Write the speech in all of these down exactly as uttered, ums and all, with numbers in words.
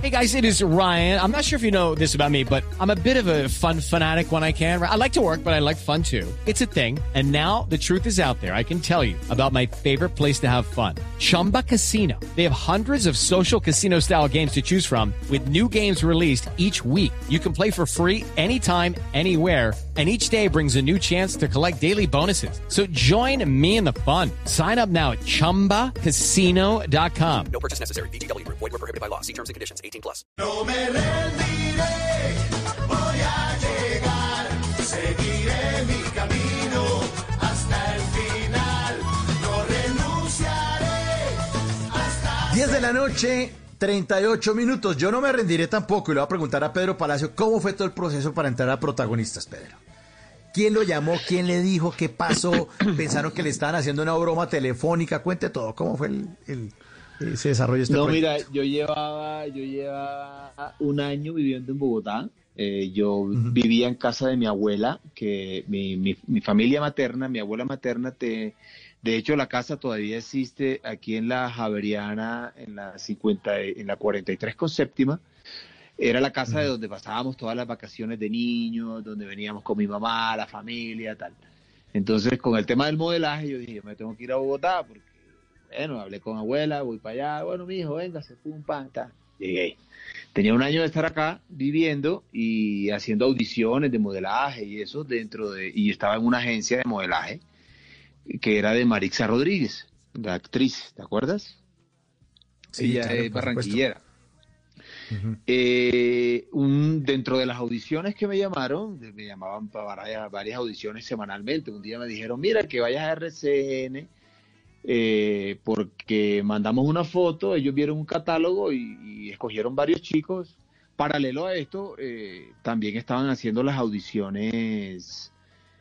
Hey guys, it is Ryan. I'm not sure if you know this about me, but I'm a bit of a fun fanatic when I can. I like to work, but I like fun too. It's a thing. And now the truth is out there. I can tell you about my favorite place to have fun. Chumba Casino. They have hundreds of social casino style games to choose from with new games released each week. You can play for free anytime, anywhere. And each day brings a new chance to collect daily bonuses. So join me in the fun. Sign up now at chumba casino dot com. No purchase necessary. V G W. Void where prohibited by law. See terms and conditions. eighteen plus. No me rendiré, voy a llegar, seguiré mi camino hasta el final, no renunciaré hasta... diez de la noche, treinta y ocho minutos. Yo no me rendiré tampoco y le voy a preguntar a Pedro Palacio cómo fue todo el proceso para entrar a Protagonistas, Pedro. ¿Quién lo llamó? ¿Quién le dijo? ¿Qué pasó? ¿Pensaron que le estaban haciendo una broma telefónica? Cuente todo. ¿Cómo fue el, el, ese desarrollo de este No, proyecto? mira, yo llevaba, yo llevaba un año viviendo en Bogotá. Eh, yo uh-huh. vivía en casa de mi abuela, que mi, mi, mi familia materna, mi abuela materna, te, de hecho la casa todavía existe aquí en la Javeriana, en la cincuenta, en la cuarenta y tres con séptima. Era la casa uh-huh. de donde pasábamos todas las vacaciones de niños, donde veníamos con mi mamá, la familia, tal. Entonces, con el tema del modelaje, yo dije, me tengo que ir a Bogotá, porque, bueno, hablé con abuela, voy para allá, bueno, mi hijo, véngase, pum, pam, tal. Llegué. Tenía un año de estar acá viviendo y haciendo audiciones de modelaje y eso dentro de, y estaba en una agencia de modelaje que era de Marixa Rodríguez, la actriz, ¿te acuerdas? Sí, Ella claro, es por barranquillera. supuesto. Uh-huh. Eh, un, dentro de las audiciones que me llamaron, me llamaban para varias, varias audiciones semanalmente. Un día me dijeron, mira, que vayas a R C N eh, porque mandamos una foto, ellos vieron un catálogo y, y escogieron varios chicos. Paralelo a esto, eh, también estaban haciendo las audiciones.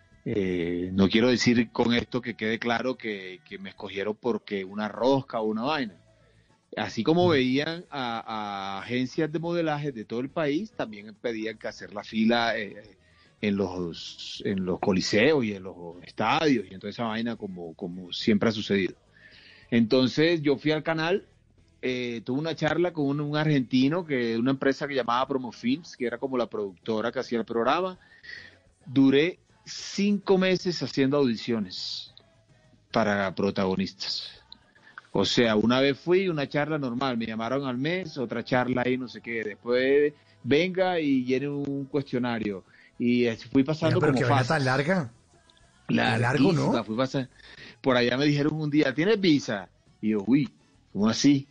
Eh, no quiero decir con esto que quede claro que, que me escogieron porque una rosca o una vaina. Así como veían a, a agencias de modelaje de todo el país, también pedían que hacer la fila eh, en los en los coliseos y en los estadios y en toda esa vaina como, como siempre ha sucedido. Entonces yo fui al canal, eh, tuve una charla con un, un argentino, que una empresa que llamaba Promofilms, que era como la productora que hacía el programa. Duré cinco meses haciendo audiciones para Protagonistas. O sea, una vez fui, una charla normal, me llamaron al mes, otra charla ahí, no sé qué, después venga y llene un cuestionario. Y fui pasando Oiga, pero como que fases. tan larga. La largo, ¿no? Fui pasando. Por allá me dijeron un día, ¿tienes visa? Y yo, uy, ¿cómo así?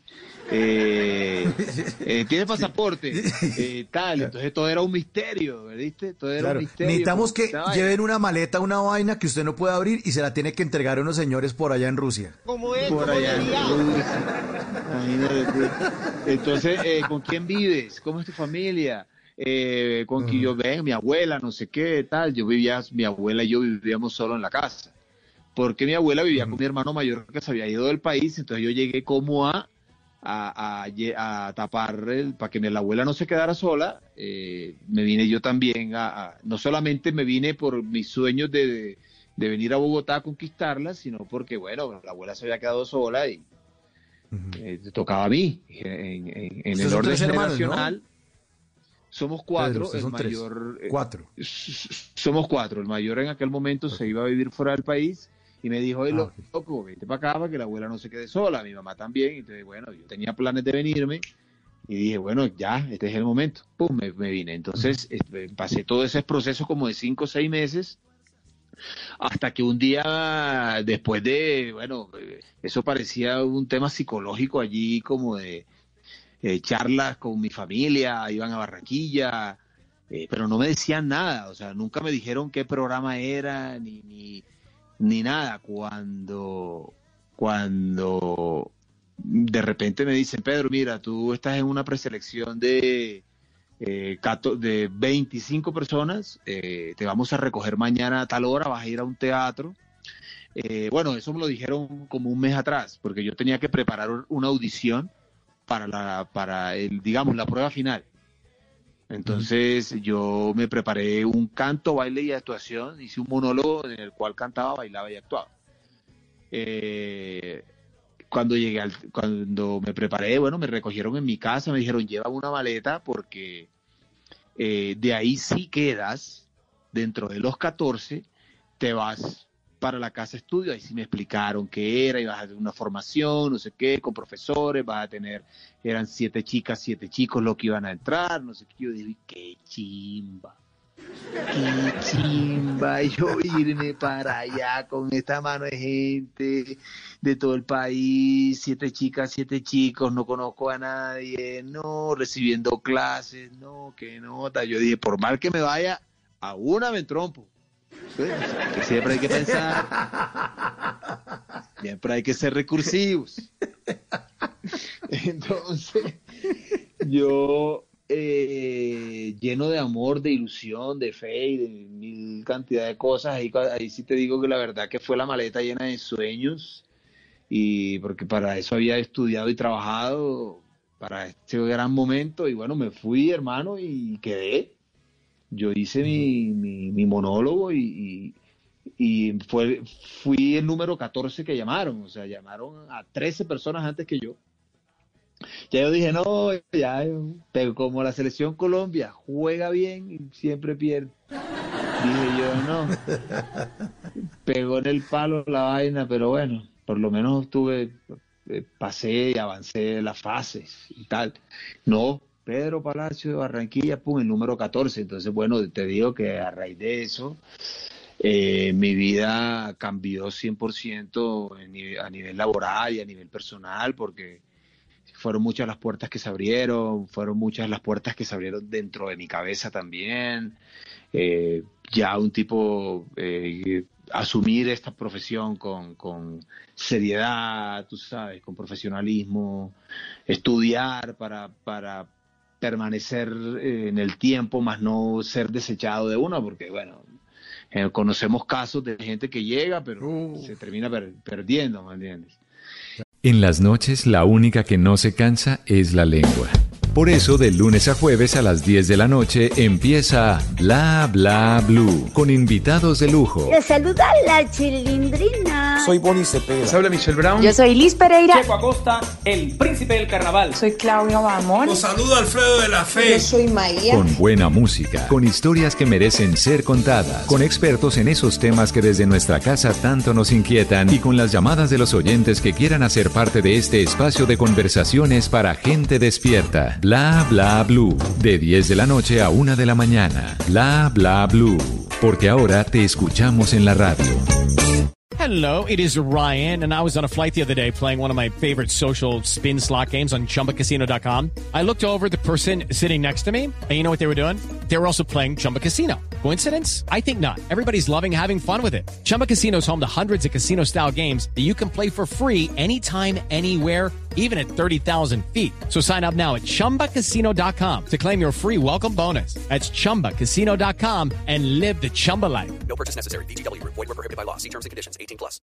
Eh, eh, ¿Tienes pasaporte? Eh, tal, entonces todo era un misterio, ¿viste? Todo era Claro. un misterio. Necesitamos que Estaba lleven una maleta, una vaina que usted no puede abrir y se la tiene que entregar a unos señores por allá en Rusia. ¿Cómo es? Por ¿Cómo allá en sería? Rusia. Imagínate tú. Entonces, eh, ¿con quién vives? ¿Cómo es tu familia? Eh, con quién yo vengo, mi abuela, no sé qué, tal. Yo vivía, mi abuela y yo vivíamos solo en la casa. Porque mi abuela vivía uh-huh. con mi hermano mayor que se había ido del país, entonces yo llegué como a A, a, a tapar el, para que mi, la abuela no se quedara sola. Eh, me vine yo también a, a no solamente me vine por mis sueños de, de, de venir a Bogotá a conquistarla, sino porque bueno, la abuela se había quedado sola y uh-huh. eh, tocaba a mí en, en, en el orden generacional, ¿no? Somos cuatro. Pedro, el mayor eh, cuatro somos cuatro, el mayor en aquel momento okay. se iba a vivir fuera del país. Y me dijo, oye, ah, okay. loco, vete para acá para que la abuela no se quede sola, mi mamá también. Entonces, bueno, yo tenía planes de venirme y dije, bueno, ya, este es el momento. Pum, me, me vine. Entonces, uh-huh. pasé todo ese proceso como de cinco o seis meses, hasta que un día, después de, bueno, eso parecía un tema psicológico allí, como de eh, charlas con mi familia, iban a Barranquilla, eh, pero no me decían nada, o sea, nunca me dijeron qué programa era, ni... ni ni nada. Cuando cuando de repente me dicen, Pedro, mira, tú estás en una preselección de eh, de veinticinco personas, eh, te vamos a recoger mañana a tal hora, vas a ir a un teatro. Eh, bueno, eso me lo dijeron como un mes atrás, porque yo tenía que preparar una audición para la para el digamos la prueba final. Entonces uh-huh. yo me preparé un canto, baile y actuación, hice un monólogo en el cual cantaba, bailaba y actuaba. Eh, cuando llegué, al, cuando me preparé, bueno, me recogieron en mi casa, me dijeron, lleva una maleta porque eh, de ahí sí quedas, dentro de los catorce, te vas para la casa estudio. Ahí sí me explicaron qué era, ibas a tener una formación, no sé qué, con profesores, vas a tener, eran siete chicas, siete chicos los que iban a entrar, no sé qué. Yo dije, qué chimba. Qué chimba yo irme para allá con esta mano de gente de todo el país, siete chicas, siete chicos, no conozco a nadie, no, recibiendo clases, no, qué nota. Yo dije, por mal que me vaya, a una me trompo. ¿Sí? Que siempre hay que pensar, siempre hay que ser recursivos. Entonces, yo... Eh, lleno de amor, de ilusión, de fe y de mil cantidad de cosas. Ahí, ahí sí te digo que la verdad que fue la maleta llena de sueños, y porque para eso había estudiado y trabajado para este gran momento. Y bueno, me fui, hermano, y quedé. Yo hice mi, mi, mi monólogo y, y, y fue, fui el número catorce que llamaron. O sea, llamaron a trece personas antes que yo. Ya yo dije, no, ya, pero como la selección Colombia juega bien y siempre pierde. Dije yo, no. Pegó en el palo la vaina, pero bueno, por lo menos tuve, eh, pasé y avancé las fases y tal. No, Pedro Palacio de Barranquilla, pum, el número catorce. Entonces, bueno, te digo que a raíz de eso, eh, mi vida cambió cien por ciento a nivel laboral y a nivel personal, porque fueron muchas las puertas que se abrieron, fueron muchas las puertas que se abrieron dentro de mi cabeza también. Eh, ya un tipo, eh, asumir esta profesión con, con seriedad, tú sabes, con profesionalismo, estudiar para, para permanecer eh, en el tiempo, más no ser desechado de una, porque bueno, eh, conocemos casos de gente que llega, pero uh. se termina per- perdiendo, ¿me entiendes? En las noches, la única que no se cansa es la lengua. Por eso, de lunes a jueves a las diez de la noche empieza Bla Bla Blue, con invitados de lujo. Les saluda la Chilindrina. Soy Bonnie Cepeda. Les habla Michelle Brown. Yo soy Liz Pereira. Checo Acosta, el príncipe del carnaval. Soy Claudia Bamón. Los saludo Alfredo de la Fe. Yo soy María. Con buena música, con historias que merecen ser contadas, con expertos en esos temas que desde nuestra casa tanto nos inquietan, y con las llamadas de los oyentes que quieran hacer parte de este espacio de conversaciones para gente despierta. Bla Bla Blue, de diez de la noche a una de la mañana. Bla Bla Blue, porque ahora te escuchamos en la radio. Hello, it is Ryan, and I was on a flight the other day playing one of my favorite social spin slot games on Chumba Casino dot com. I looked over at the person sitting next to me, and you know what they were doing? They were also playing Chumba Casino. Coincidence? I think not. Everybody's loving having fun with it. Chumba Casino is home to hundreds of casino-style games that you can play for free anytime, anywhere, even at thirty thousand feet. So sign up now at Chumba Casino dot com to claim your free welcome bonus. That's Chumba Casino dot com and live the Chumba life. No purchase necessary. V G W. Void where prohibited by law. See terms and conditions. eighteen plus.